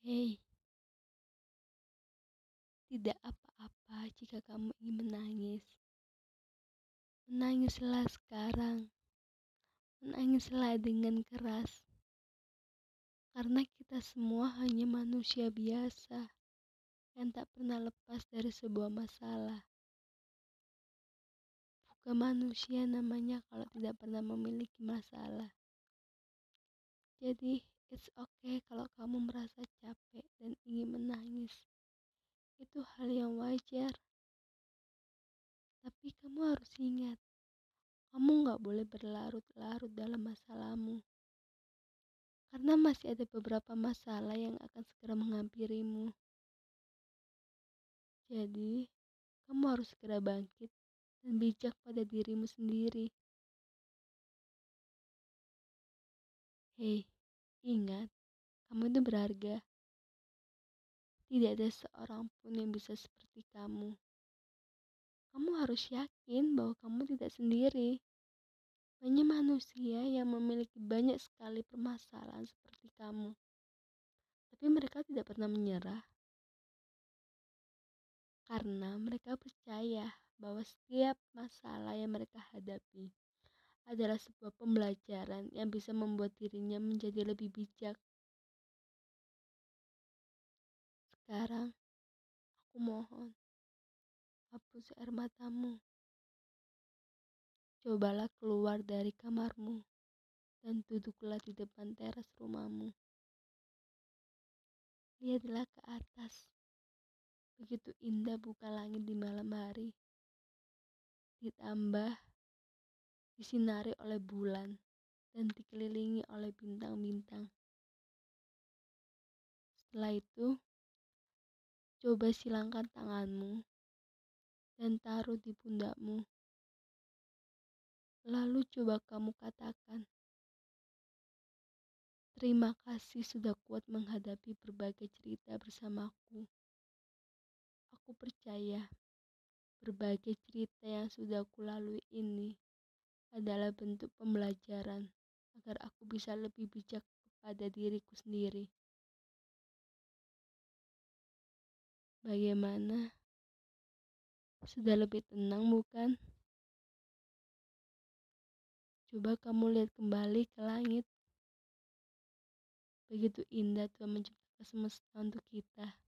Hei, tidak apa-apa jika kamu ingin menangis. Menangislah sekarang, menangislah dengan keras. Karena kita semua hanya manusia biasa yang tak pernah lepas dari sebuah masalah. Bukan manusia namanya kalau tidak pernah memiliki masalah. Jadi, it's okay kalau kamu merasa capek dan ingin menangis. Itu hal yang wajar. Tapi kamu harus ingat, kamu gak boleh berlarut-larut dalam masalahmu. Karena masih ada beberapa masalah yang akan segera menghampirimu. Jadi, kamu harus segera bangkit dan bijak pada dirimu sendiri. Hei, ingat, kamu itu berharga. Tidak ada seorang pun yang bisa seperti kamu. Kamu harus yakin bahwa kamu tidak sendiri. Banyak manusia yang memiliki banyak sekali permasalahan seperti kamu. Tapi mereka tidak pernah menyerah. Karena mereka percaya bahwa setiap masalah yang mereka hadapi adalah sebuah pembelajaran yang bisa membuat dirinya menjadi lebih bijak. Sekarang, aku mohon, hapus air matamu. Cobalah keluar dari kamarmu dan duduklah di depan teras rumahmu. Lihatlah ke atas. Begitu indah buka langit di malam hari. Ditambah disinari oleh bulan dan dikelilingi oleh bintang-bintang. Setelah itu, coba silangkan tanganmu dan taruh di pundakmu. Lalu coba kamu katakan, terima kasih sudah kuat menghadapi berbagai cerita bersamaku. Aku percaya berbagai cerita yang sudah kulalui ini adalah bentuk pembelajaran agar aku bisa lebih bijak kepada diriku sendiri. Bagaimana? Sudah lebih tenang bukan? Coba kamu lihat kembali ke langit. Begitu indah Tuhan menciptakan semesta untuk kita.